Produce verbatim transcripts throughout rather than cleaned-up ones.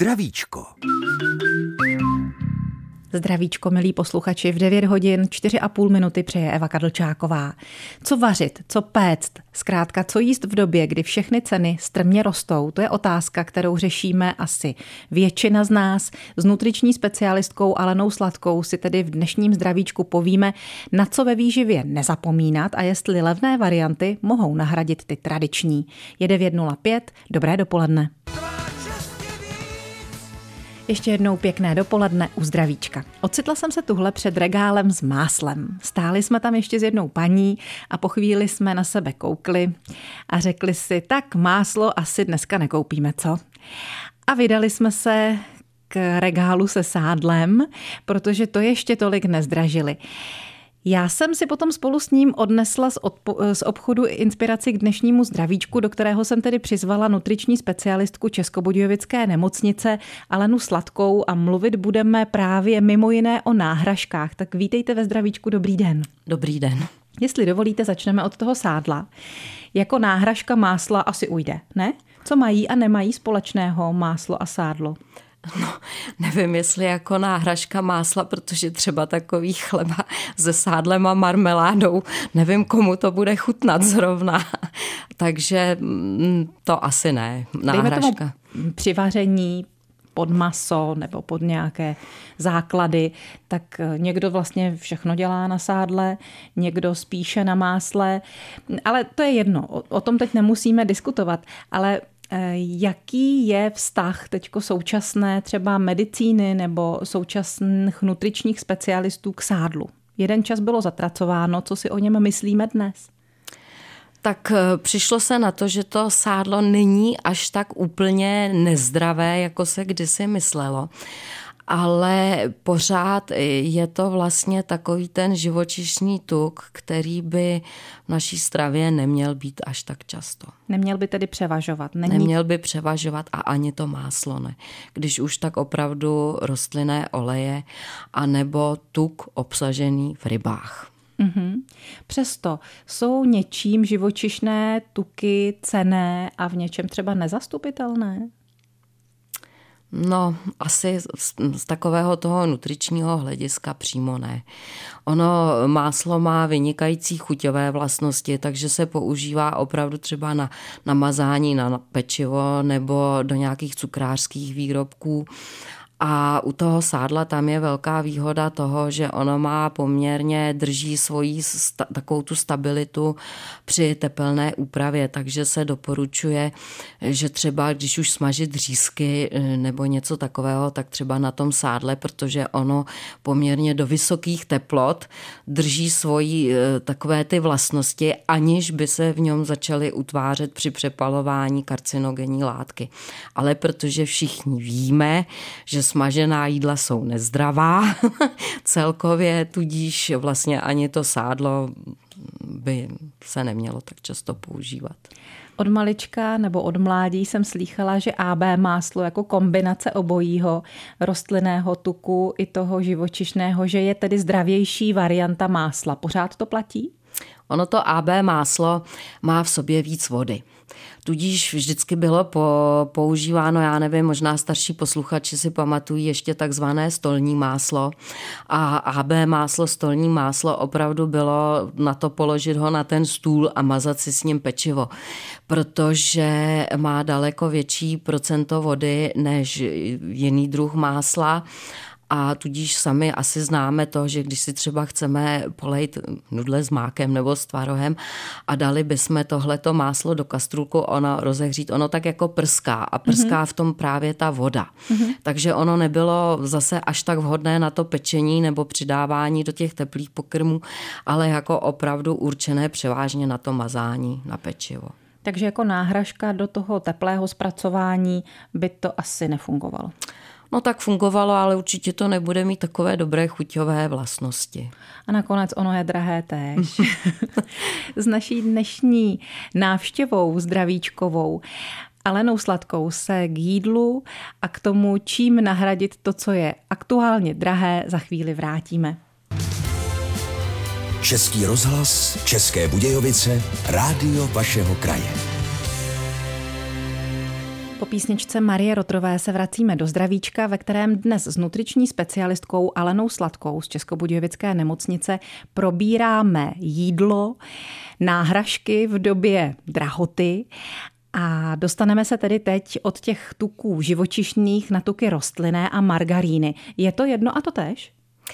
Zdravíčko. Zdravíčko, milí posluchači, v devět hodin čtyři a půl minuty přeje Eva Kadlčáková. Co vařit, co péct, zkrátka co jíst v době, kdy všechny ceny strmě rostou, to je otázka, kterou řešíme asi většina z nás. S nutriční specialistkou Alenou Sladkou si tedy v dnešním Zdravíčku povíme, na co ve výživě nezapomínat a jestli levné varianty mohou nahradit ty tradiční. Je devět nula pět, dobré dopoledne. Ještě jednou pěkné dopoledne u Zdravíčka. Ocitla jsem se tuhle před regálem s máslem. Stáli jsme tam ještě s jednou paní a po chvíli jsme na sebe koukli a řekli si, tak máslo asi dneska nekoupíme, co? A vydali jsme se k regálu se sádlem, protože to ještě tolik nezdražili. Já jsem si potom spolu s ním odnesla z, odpo- z obchodu inspiraci k dnešnímu Zdravíčku, do kterého jsem tedy přizvala nutriční specialistku Českobudějovické nemocnice Alenu Sladkou a mluvit budeme právě mimo jiné o náhražkách. Tak vítejte ve Zdravíčku, dobrý den. Dobrý den. Jestli dovolíte, začneme od toho sádla. Jako náhražka másla asi ujde, ne? Co mají a nemají společného máslo a sádlo? No, nevím, jestli jako náhražka másla, protože třeba takový chleba se sádlem a marmeládou, nevím, komu to bude chutnat zrovna. Takže to asi ne, náhražka. Dejme tomu při vaření pod maso nebo pod nějaké základy, tak někdo vlastně všechno dělá na sádle, někdo spíše na másle, ale to je jedno, o, o tom teď nemusíme diskutovat, ale jaký je vztah teďko současné třeba medicíny nebo současných nutričních specialistů k sádlu? Jeden čas bylo zatracováno, co si o něm myslíme dnes? Tak přišlo se na to, že to sádlo není až tak úplně nezdravé, jako se kdysi myslelo. Ale pořád je to vlastně takový ten živočišný tuk, který by v naší stravě neměl být až tak často. Neměl by tedy převažovat. Není... Neměl by převažovat a ani to máslo ne. Když už tak opravdu rostlinné oleje anebo tuk obsažený v rybách. Mm-hmm. Přesto jsou něčím živočišné tuky cenné a v něčem třeba nezastupitelné? No, asi z, z takového toho nutričního hlediska přímo ne. Ono máslo má vynikající chuťové vlastnosti, takže se používá opravdu třeba na namazání na pečivo nebo do nějakých cukrářských výrobků. A u toho sádla tam je velká výhoda toho, že ono má poměrně, drží svoji sta, takovou tu stabilitu při tepelné úpravě, takže se doporučuje, že třeba když už smažit řízky nebo něco takového, tak třeba na tom sádle, protože ono poměrně do vysokých teplot drží svoji takové ty vlastnosti, aniž by se v něm začaly utvářet při přepalování karcinogenní látky. Ale protože všichni víme, že smažená jídla jsou nezdravá, celkově tudíž vlastně ani to sádlo by se nemělo tak často používat. Od malička nebo od mládí jsem slýchala, že á bé máslo jako kombinace obojího, rostlinného tuku i toho živočišného, že je tedy zdravější varianta másla. Pořád to platí? Ono to á bé máslo má v sobě víc vody. Tudíž vždycky bylo po, používáno, já nevím, možná starší posluchači si pamatují ještě takzvané stolní máslo. A á bé máslo, stolní máslo opravdu bylo na to položit ho na ten stůl a mazat si s ním pečivo, protože má daleko větší procento vody než jiný druh másla. A tudíž sami asi známe to, že když si třeba chceme polejt nudle s mákem nebo s tvarohem a dali bychom tohleto máslo do kastrůlku, ono rozehřít, ono tak jako prská a prská mm-hmm. v tom právě ta voda. Mm-hmm. Takže ono nebylo zase až tak vhodné na to pečení nebo přidávání do těch teplých pokrmů, ale jako opravdu určené převážně na to mazání na pečivo. Takže jako náhražka do toho teplého zpracování by to asi nefungovalo. No tak fungovalo, ale určitě to nebude mít takové dobré chuťové vlastnosti. A nakonec ono je drahé též. S naší dnešní návštěvou zdravíčkovou Alenou Sladkou se k jídlu a k tomu, čím nahradit to, co je aktuálně drahé, za chvíli vrátíme. Český rozhlas, České Budějovice, rádio vašeho kraje. Po písničce Marie Rotrové se vracíme do zdravíčka, ve kterém dnes s nutriční specialistkou Alenou Sladkou z Českobudějovické nemocnice probíráme jídlo, náhražky v době drahoty a dostaneme se tedy teď od těch tuků živočišných na tuky rostlinné a margaríny. Je to jedno a to též?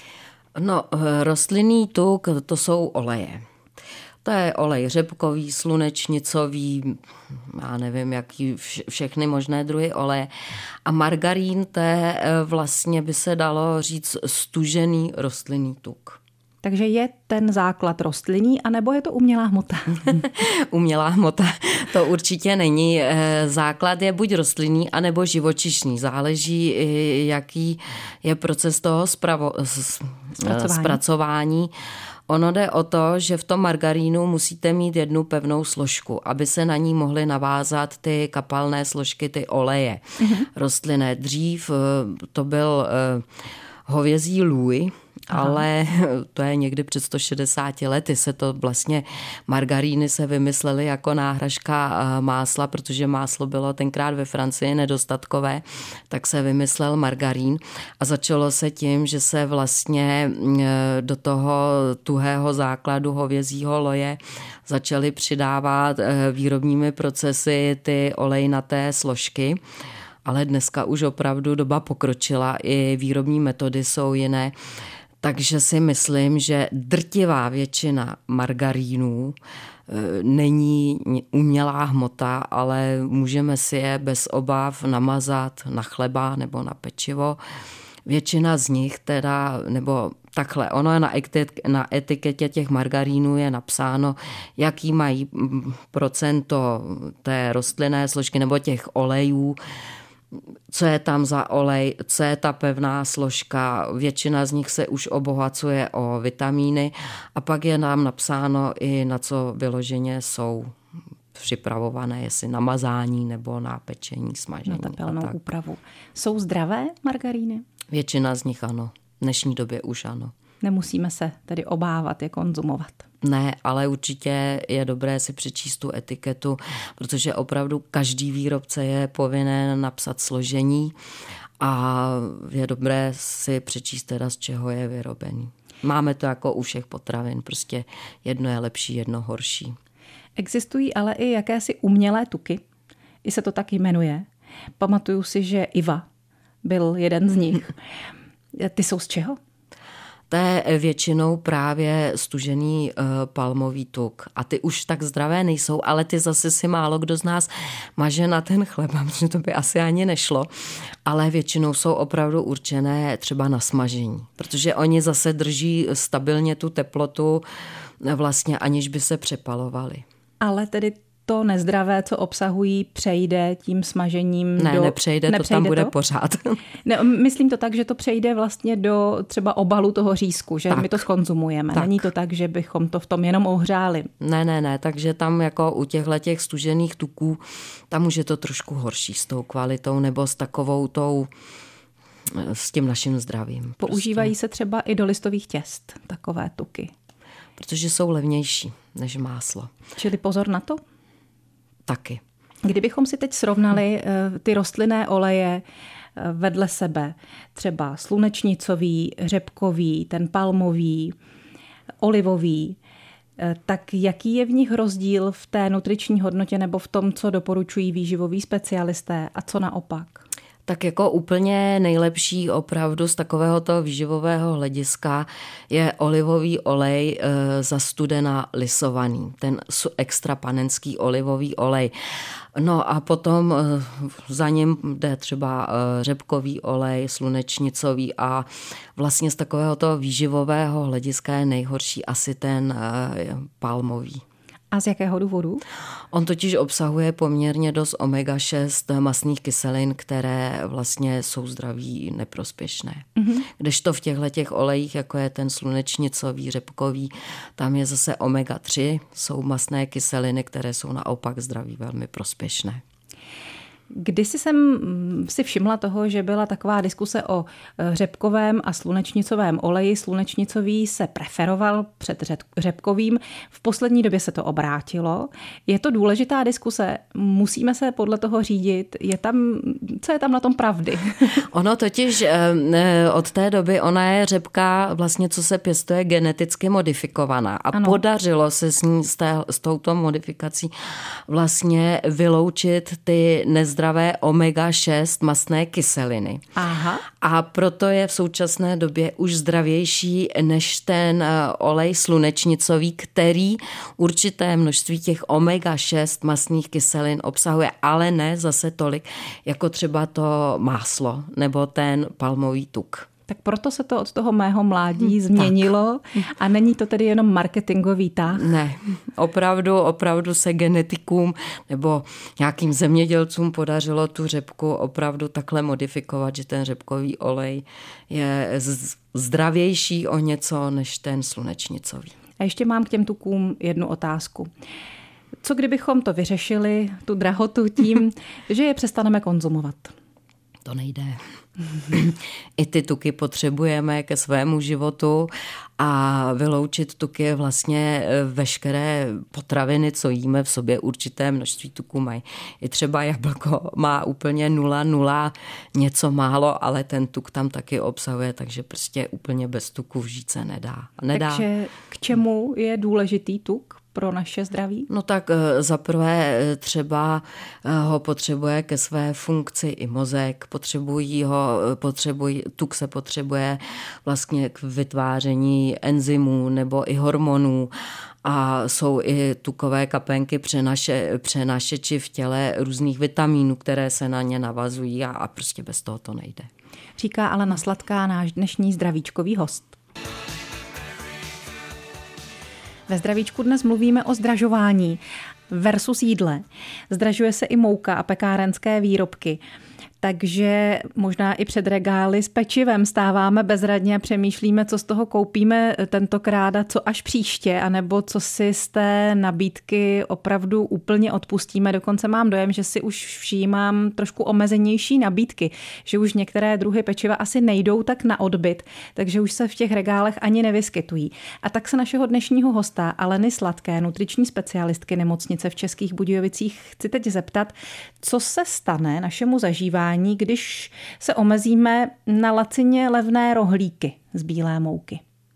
No, rostlinný tuk, to jsou oleje. To je olej řepkový, slunečnicový, já nevím, jaký všechny možné druhy oleje. A margarín, to je vlastně, by se dalo říct, stužený rostlinný tuk. Takže je ten základ rostlinný, anebo je to umělá hmota? Umělá hmota to určitě není. Základ je buď rostlinný, anebo živočišný. Záleží, jaký je proces toho spravo, zpracování. zpracování. Ono jde o to, že v tom margarínu musíte mít jednu pevnou složku, aby se na ní mohly navázat ty kapalné složky, ty oleje. Mm-hmm. Rostlinné. Dřív to byl hovězí lůj, Aha. ale to je někdy před sto šedesáti lety se to vlastně, margaríny se vymyslely jako náhražka másla, protože máslo bylo tenkrát ve Francii nedostatkové, tak se vymyslel margarín a začalo se tím, že se vlastně do toho tuhého základu hovězího loje začaly přidávat výrobními procesy ty olejnaté složky. Ale dneska už opravdu doba pokročila, i výrobní metody jsou jiné. Takže si myslím, že drtivá většina margarínů není umělá hmota, ale můžeme si je bez obav namazat na chleba nebo na pečivo. Většina z nich teda, nebo takhle, ono je na, etik- na etiketě těch margarínů je napsáno, jaký mají procento té rostlinné složky nebo těch olejů, co je tam za olej, co je ta pevná složka. Většina z nich se už obohacuje o vitamíny a pak je nám napsáno i na co vyloženě jsou připravované, jestli na mazání nebo na pečení, smažení. Na tepelnou úpravu. Jsou zdravé margaríny? Většina z nich ano. V dnešní době už ano. Nemusíme se tedy obávat je konzumovat. Ne, ale určitě je dobré si přečíst tu etiketu, protože opravdu každý výrobce je povinen napsat složení a je dobré si přečíst teda, z čeho je vyrobený. Máme to jako u všech potravin, prostě jedno je lepší, jedno horší. Existují ale i jakési umělé tuky, i se to tak jmenuje. Pamatuju si, že Iva byl jeden z nich. Ty jsou z čeho? To je většinou právě stužený uh, palmový tuk. A ty už tak zdravé nejsou, ale ty zase si málo kdo z nás maže na ten chleba, protože to by asi ani nešlo. Ale většinou jsou opravdu určené třeba na smažení, protože oni zase drží stabilně tu teplotu vlastně, aniž by se přepalovali. Ale tedy to nezdravé, co obsahují, přejde tím smažením ne, do... nepřejde, nepřejde, to tam bude to? Pořád. Ne, myslím to tak, že to přejde vlastně do třeba obalu toho řízku, že tak. My to skonzumujeme. Tak. Není to tak, že bychom to v tom jenom ohřáli. Ne, ne, ne, takže tam jako u těchto těch stužených tuků, tam už je to trošku horší s tou kvalitou nebo s takovou tou, s tím naším zdravím. Používají prostě. Se třeba i do listových těst takové tuky. Protože jsou levnější než máslo. Čili pozor na to? Taky. Kdybychom si teď srovnali ty rostlinné oleje vedle sebe, třeba slunečnicový, řepkový, ten palmový, olivový, tak jaký je v nich rozdíl v té nutriční hodnotě nebo v tom, co doporučují výživoví specialisté a co naopak? Tak jako úplně nejlepší opravdu z takovéhoto výživového hlediska je olivový olej e, zastudená lisovaný, ten extra panenský olivový olej. No a potom e, za ním jde třeba e, řepkový olej, slunečnicový a vlastně z takovéhoto výživového hlediska je nejhorší asi ten e, palmový. A z jakého důvodu? On totiž obsahuje poměrně dost omega šest mastných kyselin, které vlastně jsou zdraví neprospěšné. Mm-hmm. Kdežto v těchto těch olejích, jako je ten slunečnicový, řepkový, tam je zase omega tři, jsou mastné kyseliny, které jsou naopak zdraví velmi prospěšné. Kdysi jsem si všimla toho, že byla taková diskuse o řepkovém a slunečnicovém oleji. Slunečnicový se preferoval před řepkovým. V poslední době se to obrátilo. Je to důležitá diskuse? Musíme se podle toho řídit? Je tam, co je tam na tom pravdy? Ono totiž od té doby, ona je řepka vlastně, co se pěstuje, geneticky modifikovaná. A ano. Podařilo se s ní, s, té, s touto modifikací vlastně vyloučit ty nezdravé omega šest mastné kyseliny. Aha. A proto je v současné době už zdravější než ten olej slunečnicový, který určité množství těch omega šest mastných kyselin obsahuje, ale ne zase tolik, jako třeba to máslo nebo ten palmový tuk. Tak proto se to od toho mého mládí změnilo tak. A není to tedy jenom marketingový tah? Ne, opravdu, opravdu se genetikům nebo nějakým zemědělcům podařilo tu řepku opravdu takhle modifikovat, že ten řepkový olej je zdravější o něco než ten slunečnicový. A ještě mám k těm tukům jednu otázku. Co kdybychom to vyřešili, tu drahotu, tím, že je přestaneme konzumovat? To nejde. I ty tuky potřebujeme ke svému životu a vyloučit tuky vlastně veškeré potraviny, co jíme v sobě, určité množství tuků mají. I třeba jablko má úplně nula, nula, něco málo, ale ten tuk tam taky obsahuje, takže prostě úplně bez tuku vžít se nedá. nedá. Takže k čemu je důležitý tuk pro naše zdraví? No tak zaprvé třeba ho potřebuje ke své funkci i mozek, potřebují ho, potřebují, tuk se potřebuje vlastně k vytváření enzymů nebo i hormonů a jsou i tukové kapenky přenaše, přenašeči v těle různých vitamínů, které se na ně navazují a, a prostě bez toho to nejde. Říká Alena Sladká, náš dnešní zdravíčkový host. Ve zdravíčku dnes mluvíme o zdražování versus jídle. Zdražuje se i mouka a pekárenské výrobky. Takže možná i před regály s pečivem stáváme bezradně a přemýšlíme, co z toho koupíme tentokrát a co až příště, anebo co si z té nabídky opravdu úplně odpustíme. Dokonce mám dojem, že si už všímám trošku omezenější nabídky, že už některé druhy pečiva asi nejdou tak na odbyt, takže už se v těch regálech ani nevyskytují. A tak se našeho dnešního hosta Aleny Sladké, nutriční specialistky nemocnice v Českých Budějovicích, chci teď zeptat, co se stane našemu zažívání, když se omezíme na lacině levné rohlíky z bílé mouky?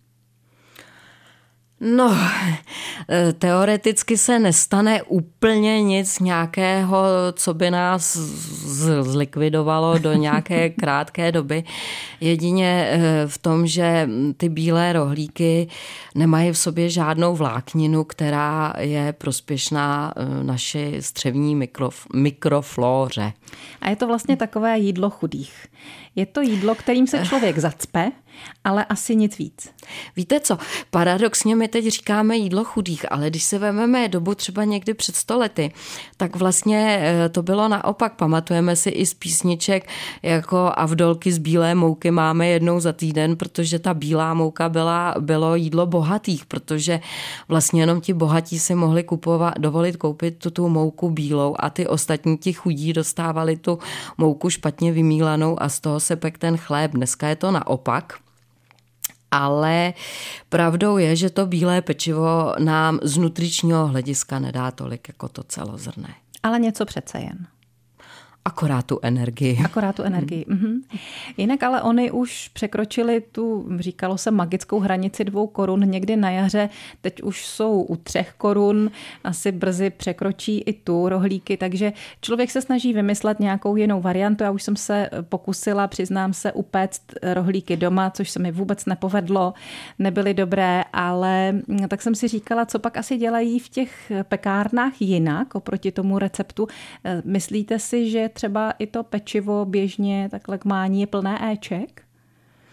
No, teoreticky se nestane úplně nic nějakého, co by nás zlikvidovalo do nějaké krátké doby. Jedině v tom, že ty bílé rohlíky nemají v sobě žádnou vlákninu, která je prospěšná naší střevní mikrof- mikroflóře. A je to vlastně takové jídlo chudých. Je to jídlo, kterým se člověk zacpe, ale asi nic víc. Víte co, paradoxně my teď říkáme jídlo chudých, ale když se vezmeme dobu třeba někdy před sto lety, tak vlastně to bylo naopak. Pamatujeme si i z písniček jako Avdolky z bílé mouky máme jednou za týden, protože ta bílá mouka byla, bylo jídlo bohatých, protože vlastně jenom ti bohatí si mohli kupovat, dovolit koupit tu, tu mouku bílou a ty ostatní ti chudí dostávali tu mouku špatně vymílanou a z toho se pek ten chléb. Dneska je to naopak. Ale pravdou je, že to bílé pečivo nám z nutričního hlediska nedá tolik jako to celozrnné. Ale něco přece jen. Akorát tu energii. Akorát tu energii. Mhm. Jinak ale oni už překročili tu, říkalo se, magickou hranici dvou korun někdy na jaře. Teď už jsou u třech korun, asi brzy překročí i tu rohlíky, takže člověk se snaží vymyslet nějakou jinou variantu. Já už jsem se pokusila, přiznám se, upéct rohlíky doma, což se mi vůbec nepovedlo, nebyly dobré, ale tak jsem si říkala, co pak asi dělají v těch pekárnách jinak oproti tomu receptu. Myslíte si, že třeba i to pečivo běžně takhle k mání je plné éček?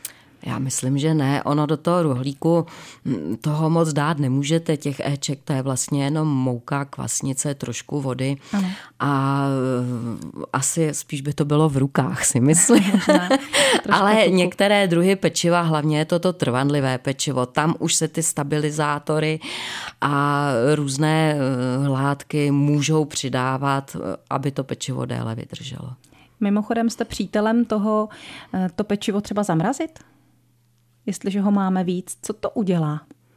Já myslím, že ne. Ono do toho rohlíku toho moc dát nemůžete. Těch éček, to je vlastně jenom mouka, kvasnice, trošku vody. Ano. A asi spíš by to bylo v rukách, si myslím. Ale tuku. Některé druhy pečiva, hlavně je to to trvanlivé pečivo, tam už se ty stabilizátory a různé látky můžou přidávat, aby to pečivo déle vydrželo. Mimochodem jste přítelem toho to pečivo třeba zamrazit? Jestliže ho máme víc, co to udělá?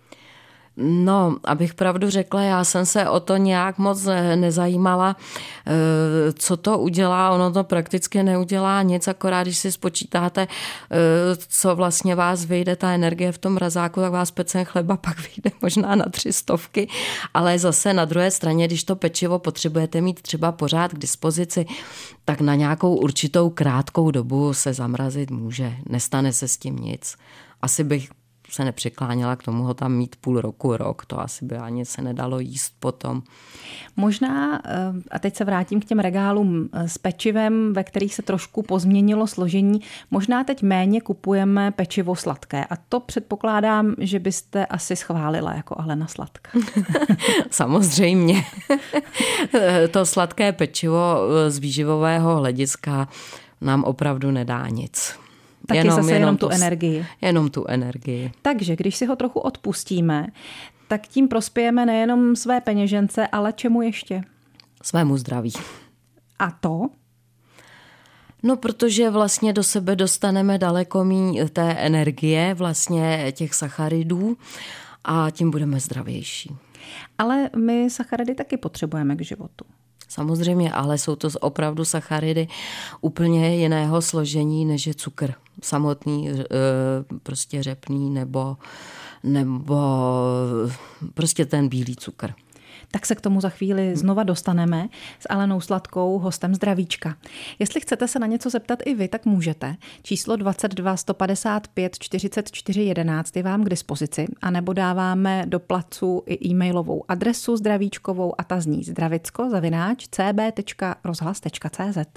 No, abych pravdu řekla, já jsem se o to nějak moc nezajímala, co to udělá. Ono to prakticky neudělá nic, akorát když si spočítáte, co vlastně vás vyjde ta energie v tom mrazáku, tak vás pecen chleba pak vyjde možná na tři stovky, ale zase na druhé straně, když to pečivo potřebujete mít třeba pořád k dispozici, tak na nějakou určitou krátkou dobu se zamrazit může. Nestane se s tím nic. Asi bych se nepřikláněla k tomu ho tam mít půl roku, rok, to asi by ani se nedalo jíst potom. Možná, a teď se vrátím k těm regálům s pečivem, ve kterých se trošku pozměnilo složení, možná teď méně kupujeme pečivo sladké a to předpokládám, že byste asi schválila jako Alena Sladká. Samozřejmě. To sladké pečivo z výživového hlediska nám opravdu nedá nic. Taky jenom, zase jenom, jenom tu energii. Jenom tu energii. Takže když si ho trochu odpustíme, tak tím prospějeme nejenom své peněžence, ale čemu ještě? Svému zdraví. A to? No, protože vlastně do sebe dostaneme daleko méně té energie, vlastně těch sacharidů a tím budeme zdravější. Ale my sacharidy taky potřebujeme k životu. Samozřejmě, ale jsou to opravdu sacharidy úplně jiného složení, než je cukr. Samotný, prostě řepný nebo, nebo prostě ten bílý cukr. Tak se k tomu za chvíli znova dostaneme s Alenou Sladkou, hostem Zdravíčka. Jestli chcete se na něco zeptat i vy, tak můžete. Číslo dvacet dva sto padesát pět čtyřicet čtyři jedenáct je vám k dispozici, anebo dáváme do placu i e-mailovou adresu zdravíčkovou a ta zní zdravicko zavináč c b tečka rozhlas tečka c z.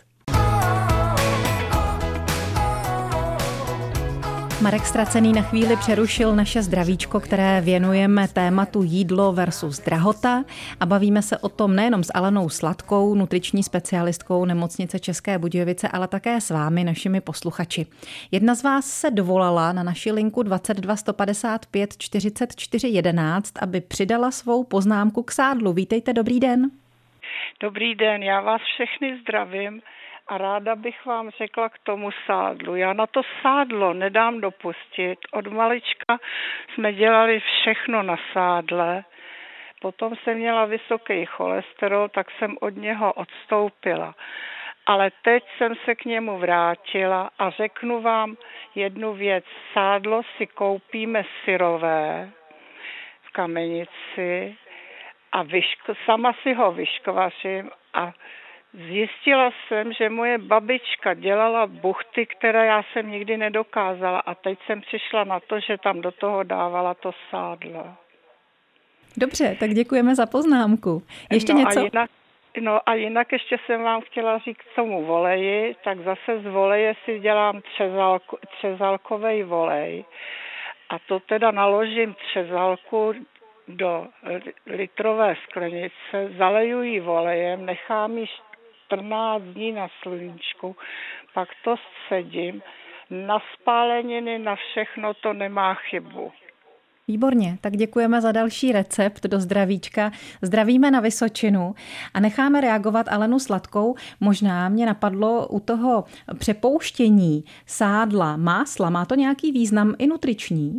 Marek Stracený na chvíli přerušil naše zdravíčko, které věnujeme tématu jídlo versus drahota a bavíme se o tom nejenom s Alenou Sladkou, nutriční specialistkou Nemocnice České Budějovice, ale také s vámi, našimi posluchači. Jedna z vás se dovolala na naši linku dvacet dva sto padesát pět čtyřicet čtyři jedenáct, aby přidala svou poznámku k sádlu. Vítejte, dobrý den. Dobrý den, já vás všechny zdravím. A ráda bych vám řekla k tomu sádlu. Já na to sádlo nedám dopustit. Od malička jsme dělali všechno na sádle. Potom jsem měla vysoký cholesterol, tak jsem od něho odstoupila. Ale teď jsem se k němu vrátila a řeknu vám jednu věc. Sádlo si koupíme syrové v Kamenici a vyško, sama si ho vyškvařím a zjistila jsem, že moje babička dělala buchty, které já jsem nikdy nedokázala a teď jsem přišla na to, že tam do toho dávala to sádlo. Dobře, tak děkujeme za poznámku. Ještě no něco? A jinak, no a jinak ještě jsem vám chtěla říct k tomu voleji, tak zase z voleje si dělám třezalko, třezalkovej volej a to teda naložím třezalku do litrové sklenice, zaleju ji volejem, nechám ji čtrnáct dní na sluníčku, pak to scedím, na spáleniny, na všechno to nemá chybu. Výborně, tak děkujeme za další recept do zdravíčka. Zdravíme na Vysočinu a necháme reagovat Alenu Sladkou. Možná mě napadlo u toho přepouštění sádla, másla, má to nějaký význam i nutriční?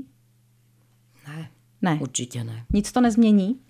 Ne. Ne. Určitě ne. Nic to nezmění?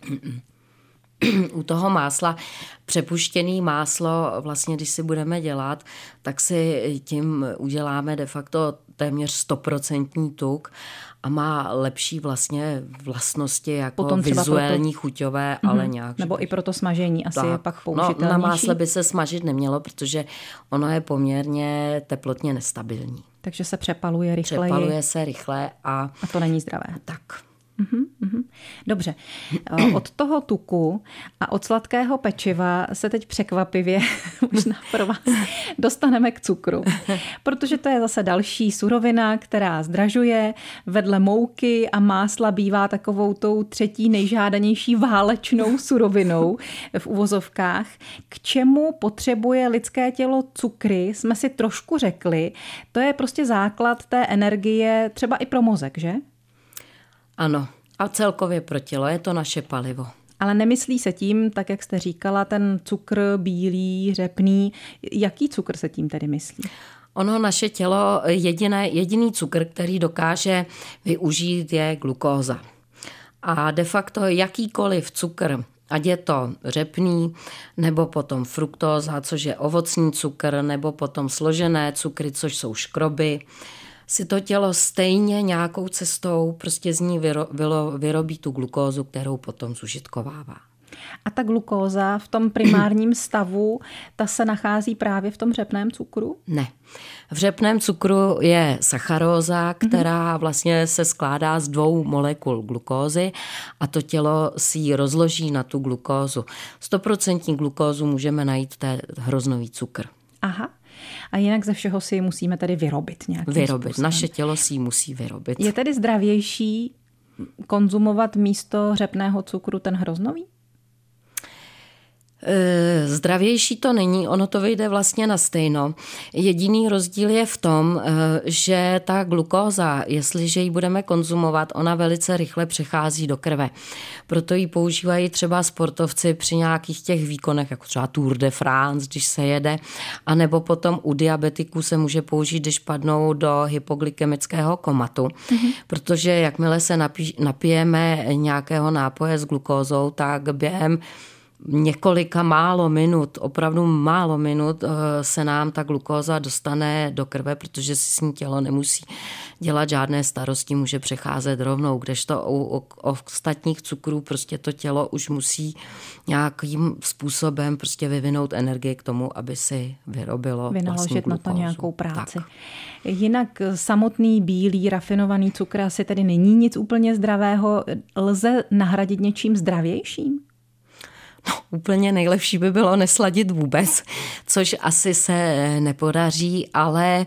U toho másla, přepuštěný máslo, vlastně když si budeme dělat, tak si tím uděláme de facto téměř stoprocentní tuk a má lepší vlastně vlastnosti jako potom vizuální, proto... chuťové, mm-hmm. ale nějak. Nebo i pro to smažení asi tak. Je pak použitelnější. No, na másle by se smažit nemělo, protože ono je poměrně teplotně nestabilní. Takže se přepaluje rychleji. Přepaluje se rychle a... A to není zdravé. Tak. Dobře. Od toho tuku a od sladkého pečiva se teď překvapivě možná pro vás dostaneme k cukru. Protože to je zase další surovina, která zdražuje. Vedle mouky a másla bývá takovou tou třetí nejžádanější válečnou surovinou v uvozovkách. K čemu potřebuje lidské tělo cukry, jsme si trošku řekli. To je prostě základ té energie, třeba i pro mozek, že? Ano. A celkově pro tělo je to naše palivo. Ale nemyslí se tím, tak jak jste říkala, ten cukr bílý, řepný. Jaký cukr se tím tedy myslí? Ono, naše tělo, jediné, jediný cukr, který dokáže využít, je glukóza. A de facto jakýkoliv cukr, ať je to řepný, nebo potom fruktóza, což je ovocný cukr, nebo potom složené cukry, což jsou škroby, si to tělo stejně nějakou cestou prostě z ní vyro, vyro, vyrobí tu glukózu, kterou potom zužitkovává. A ta glukóza v tom primárním stavu, ta se nachází právě v tom řepném cukru? Ne. V řepném cukru je sacharóza, která vlastně se skládá z dvou molekul glukózy a to tělo si ji rozloží na tu glukózu. Stoprocentní glukózu můžeme najít, to je hroznový cukr. Aha. A jinak ze všeho si ji musíme tedy vyrobit nějakým Vyrobit. způsobem. Naše tělo si ji musí vyrobit. Je tedy zdravější konzumovat místo řepného cukru ten hroznový? Zdravější to není, ono to vyjde vlastně na stejno. Jediný rozdíl je v tom, že ta glukóza, jestliže ji budeme konzumovat, ona velice rychle přechází do krve. Proto ji používají třeba sportovci při nějakých těch výkonech, jako třeba Tour de France, když se jede, anebo potom u diabetiků se může použít, když padnou do hypoglykemického komatu. Mm-hmm. Protože jakmile se napí- napijeme nějakého nápoje s glukózou, tak během několika málo minut, opravdu málo minut se nám ta glukóza dostane do krve, protože si s ní tělo nemusí dělat žádné starosti, může přecházet rovnou, kdežto u, u, u ostatních cukrů prostě to tělo už musí nějakým způsobem prostě vyvinout energii k tomu, aby si vyrobilo vynaložit vlastní glukózu. Na to nějakou práci. Tak. Jinak samotný bílý rafinovaný cukr asi tedy není nic úplně zdravého. Lze nahradit něčím zdravějším? No, úplně nejlepší by bylo nesladit vůbec, což asi se nepodaří, ale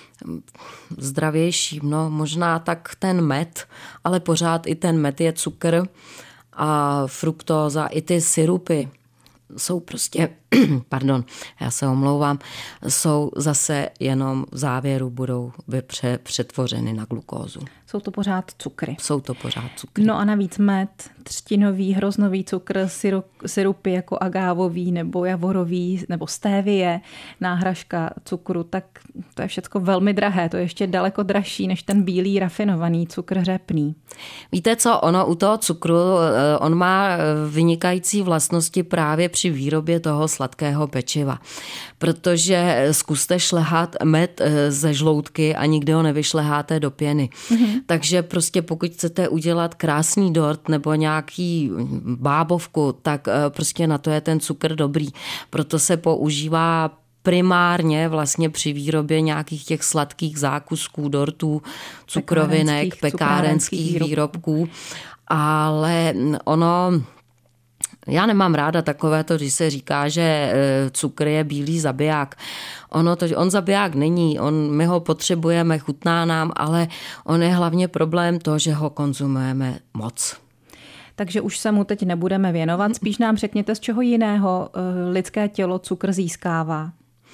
zdravější, no možná tak ten med, ale pořád i ten med je cukr a fruktóza, i ty sirupy jsou prostě, pardon, já se omlouvám, jsou zase jenom v závěru budou přetvořeny na glukózu. Jsou to pořád cukry. Jsou to pořád cukry. No a navíc med, třtinový, hroznový cukr, sirup, sirupy jako agávový nebo javorový nebo stévie, náhražka cukru, tak to je všecko velmi drahé. To je ještě daleko dražší než ten bílý rafinovaný cukr řepný. Víte co, ono u toho cukru, on má vynikající vlastnosti právě při výrobě toho sladkého pečiva. Protože zkuste šlehat med ze žloutky a nikdy ho nevyšleháte do pěny. Mm-hmm. Takže prostě pokud chcete udělat krásný dort nebo nějaký bábovku, tak prostě na to je ten cukr dobrý. Proto se používá primárně vlastně při výrobě nějakých těch sladkých zákusků, dortů, cukrovinek, pekárenských výrobků. výrobků. Ale ono... Já nemám ráda takové to, když se říká, že cukr je bílý zabiják. Ono to, on zabiják není, on, my ho potřebujeme, chutná nám, ale on je hlavně problém to, že ho konzumujeme moc. Takže už se mu teď nebudeme věnovat. Spíš nám řekněte, z čeho jiného lidské tělo cukr získává.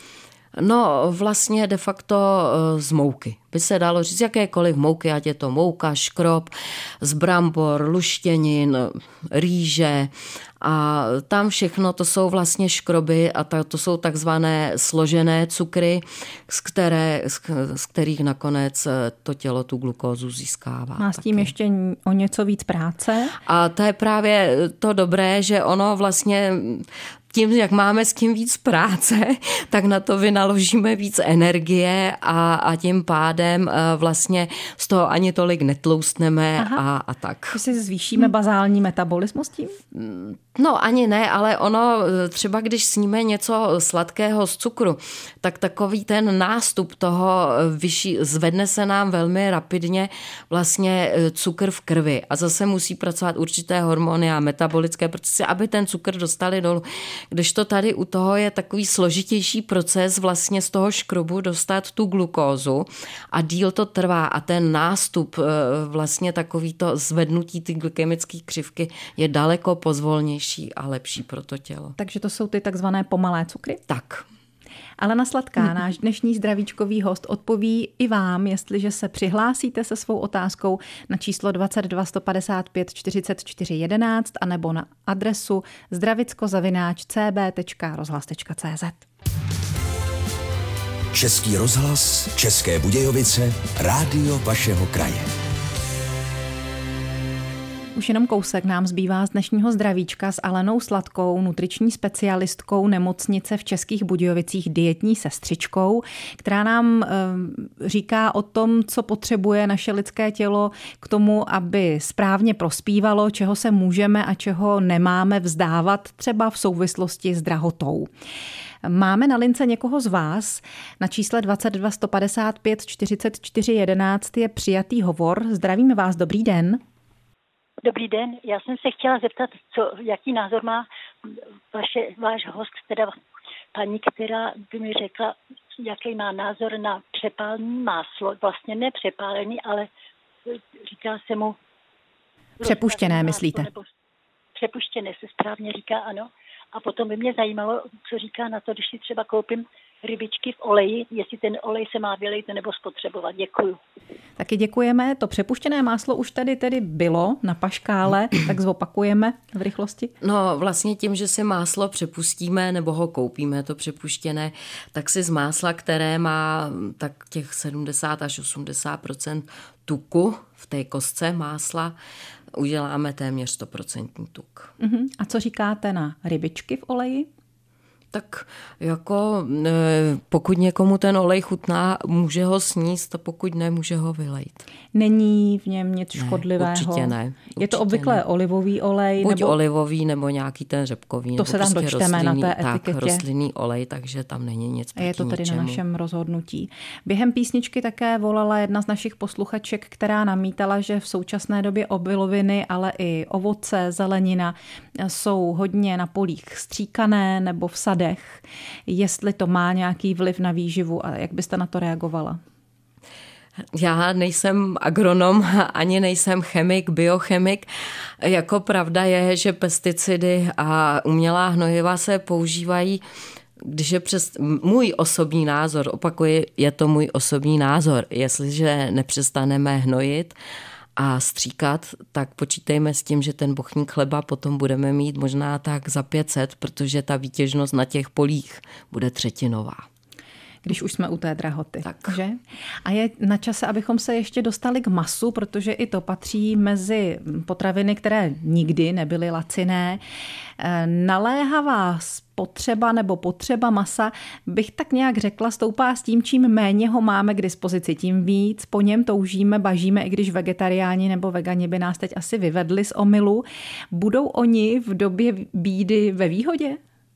No vlastně de facto z mouky. By se dalo říct jakékoliv mouky, ať je to mouka, škrob, z brambor, luštěnin, rýže a tam všechno to jsou vlastně škroby a to jsou takzvané složené cukry, z, které, z kterých nakonec to tělo tu glukózu získává. Má s tím taky ještě o něco víc práce? A to je právě to dobré, že ono vlastně tím, jak máme s tím víc práce, tak na to vynaložíme víc energie a, a tím pádem vlastně z toho ani tolik netloustneme a, a tak. Že si zvýšíme bazální metabolismus tím? No ani ne, ale ono třeba když sníme něco sladkého z cukru, tak takový ten nástup toho vyšší, zvedne se nám velmi rapidně vlastně cukr v krvi a zase musí pracovat určité hormony a metabolické procesy, aby ten cukr dostali dolů. Kdežto tady u toho je takový složitější proces vlastně z toho škrobu dostat tu glukózu a díl to trvá a ten nástup vlastně takový to zvednutí ty glykemické křivky je daleko pozvolnější a lepší pro to tělo. Takže to jsou ty takzvané pomalé cukry? Tak. Alena Sladká, náš dnešní zdravíčkový host, odpoví i vám, jestliže se přihlásíte se svou otázkou na číslo dvacet dva sto padesát pět čtyřicet čtyři jedenáct anebo na adresu zdravicko zavináč c b tečka rozhlas tečka c z. Český rozhlas, České Budějovice, rádio vašeho kraje. Už jenom kousek nám zbývá z dnešního zdravíčka s Alenou Sladkou, nutriční specialistkou nemocnice v Českých Budějovicích, dietní sestřičkou, která nám e, říká o tom, co potřebuje naše lidské tělo k tomu, aby správně prospívalo, čeho se můžeme a čeho nemáme vzdávat, třeba v souvislosti s drahotou. Máme na lince někoho z vás. Na čísle dvacet dva sto padesát pět čtyřicet čtyři jedenáct je přijatý hovor. Zdravíme vás, dobrý den. Dobrý den, já jsem se chtěla zeptat, co, jaký názor má vaše, váš host, teda paní, která by mi řekla, jaký má názor na přepálené máslo. Vlastně ne přepálený, ale říká se mu... Přepuštěné, myslíte? Nebo přepuštěné se správně říká, ano. A potom by mě zajímalo, co říká na to, když si třeba koupím rybičky v oleji, jestli ten olej se má vylejt nebo spotřebovat. Děkuju. Taky děkujeme. To přepuštěné máslo už tady tedy bylo na paškále, tak zopakujeme v rychlosti. No vlastně tím, že si máslo přepustíme nebo ho koupíme, to přepuštěné, tak si z másla, které má tak těch sedmdesát až osmdesát procent tuku v té kostce másla, uděláme téměř sto procent tuk. Uh-huh. A co říkáte na rybičky v oleji? Tak jako pokud někomu ten olej chutná, může ho sníst a pokud ne, může ho vylejt. Není v něm nic ne, škodlivého? Určitě ne. Určitě je to obvykle ne. olivový olej? Buď nebo... olivový, nebo nějaký ten řepkový. To nebo se tam prostě dočteme na té etiketě. Tak, rostlinný olej, takže tam není nic proti Je to tedy ničemu. na našem rozhodnutí. Během písničky také volala jedna z našich posluchaček, která namítala, že v současné době obiloviny, ale i ovoce, zelenina jsou hodně na polích stříkané nebo v sadech. Jestli to má nějaký vliv na výživu a jak byste na to reagovala? Já nejsem agronom, ani nejsem chemik, biochemik. Jako pravda je, že pesticidy a umělá hnojiva se používají, když je přes můj osobní názor, opakuji, je to můj osobní názor, jestliže nepřestaneme hnojit a stříkat, tak počítejme s tím, že ten bochník chleba potom budeme mít možná tak za pět set, protože ta výtěžnost na těch polích bude třetinová. Když už jsme u té drahoty. Tak. Že? A je na čase, abychom se ještě dostali k masu, protože i to patří mezi potraviny, které nikdy nebyly laciné. Naléhavá spotřeba nebo potřeba masa, bych tak nějak řekla, stoupá s tím, čím méně ho máme k dispozici, tím víc po něm toužíme, bažíme, i když vegetariáni nebo vegani by nás teď asi vyvedli z omylu. Budou oni v době bídy ve výhodě?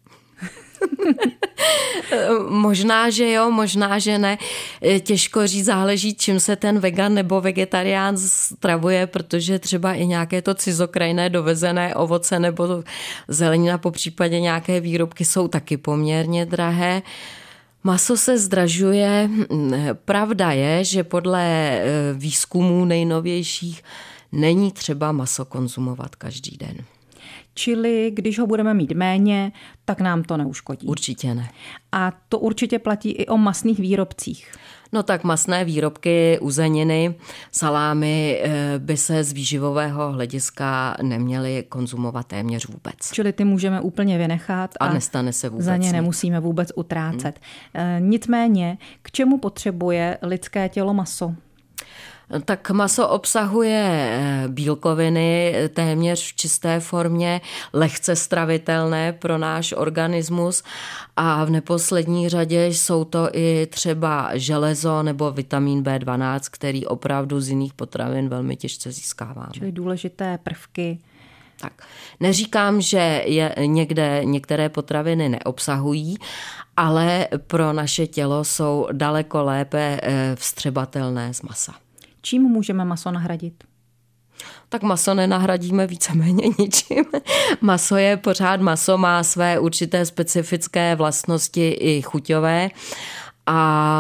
Možná, že jo, možná, že ne. Těžko říct, záleží, čím se ten vegan nebo vegetarián stravuje, protože třeba i nějaké to cizokrajné dovezené ovoce nebo zelenina, po případě nějaké výrobky jsou taky poměrně drahé. Maso se zdražuje. Pravda je, že podle výzkumů nejnovějších není třeba maso konzumovat každý den. Čili když ho budeme mít méně, tak nám to neuškodí. Určitě ne. A to určitě platí i o masných výrobcích. No tak masné výrobky, uzeniny, salámy by se z výživového hlediska neměly konzumovat téměř vůbec. Čili ty můžeme úplně vynechat a, a nestane se vůbec za ně nic. Nemusíme vůbec utrácet. Hmm. Nicméně, k čemu potřebuje lidské tělo maso? Tak maso obsahuje bílkoviny téměř v čisté formě, lehce stravitelné pro náš organismus a v neposlední řadě jsou to i třeba železo nebo vitamin bé dvanáct, který opravdu z jiných potravin velmi těžce získáváme. Čili důležité prvky. Tak. Neříkám, že je někde některé potraviny neobsahují, ale pro naše tělo jsou daleko lépe vstřebatelné z masa. Čím můžeme maso nahradit? Tak maso nenahradíme víceméně ničím. Maso je pořád maso, má své určité specifické vlastnosti i chuťové a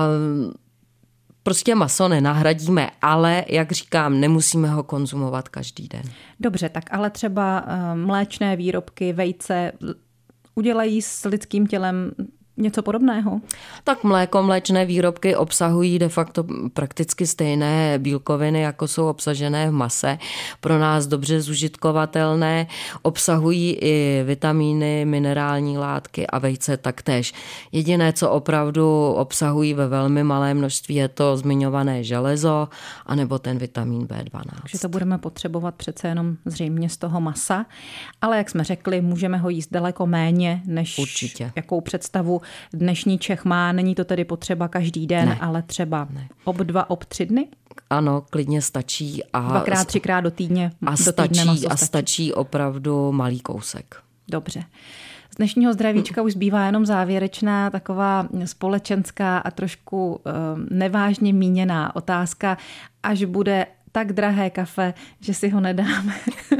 prostě maso nenahradíme, ale, jak říkám, nemusíme ho konzumovat každý den. Dobře, tak ale třeba mléčné výrobky, vejce udělají s lidským tělem něco podobného? Tak mléko, mléčné výrobky obsahují de facto prakticky stejné bílkoviny, jako jsou obsažené v mase. Pro nás dobře zužitkovatelné. Obsahují i vitamíny, minerální látky a vejce taktéž. Jediné, co opravdu obsahují ve velmi malé množství, je to zmiňované železo anebo ten vitamin bé dvanáct. Takže to budeme potřebovat přece jenom zřejmě z toho masa. Ale jak jsme řekli, můžeme ho jíst daleko méně, než Určitě. Jakou představu dnešní Čech má. Není to tedy potřeba každý den, ne. ale třeba ne. ob dva, ob tři dny? Ano, klidně stačí. A Dvakrát, třikrát do týdně. A, do stačí, týdne maso a stačí. stačí opravdu malý kousek. Dobře. Z dnešního zdravíčka už zbývá jenom závěrečná, taková společenská a trošku uh, nevážně míněná otázka, až bude tak drahé kafe, že si ho nedáme.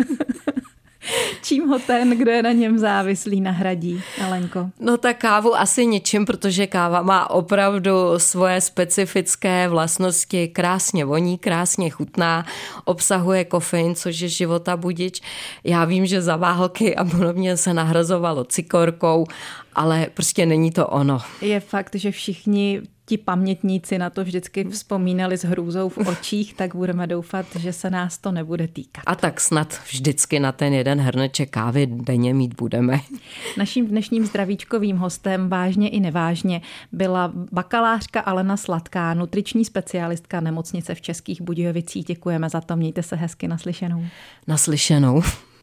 Čím ho ten, kdo je na něm závislý, nahradí, Alenko? No tak kávu asi ničím, protože káva má opravdu svoje specifické vlastnosti. Krásně voní, krásně chutná, obsahuje kofein, což je života budič. Já vím, že za války a podobně se nahrazovalo cikorkou, ale prostě není to ono. Je fakt, že všichni ti pamětníci na to vždycky vzpomínali s hrůzou v očích, tak budeme doufat, že se nás to nebude týkat. A tak snad vždycky na ten jeden hrneček kávy denně mít budeme. Naším dnešním zdravíčkovým hostem, vážně i nevážně, byla bakalářka Alena Sladká, nutriční specialistka nemocnice v Českých Budějovicích. Děkujeme za to, mějte se hezky, naslyšenou. Naslyšenou.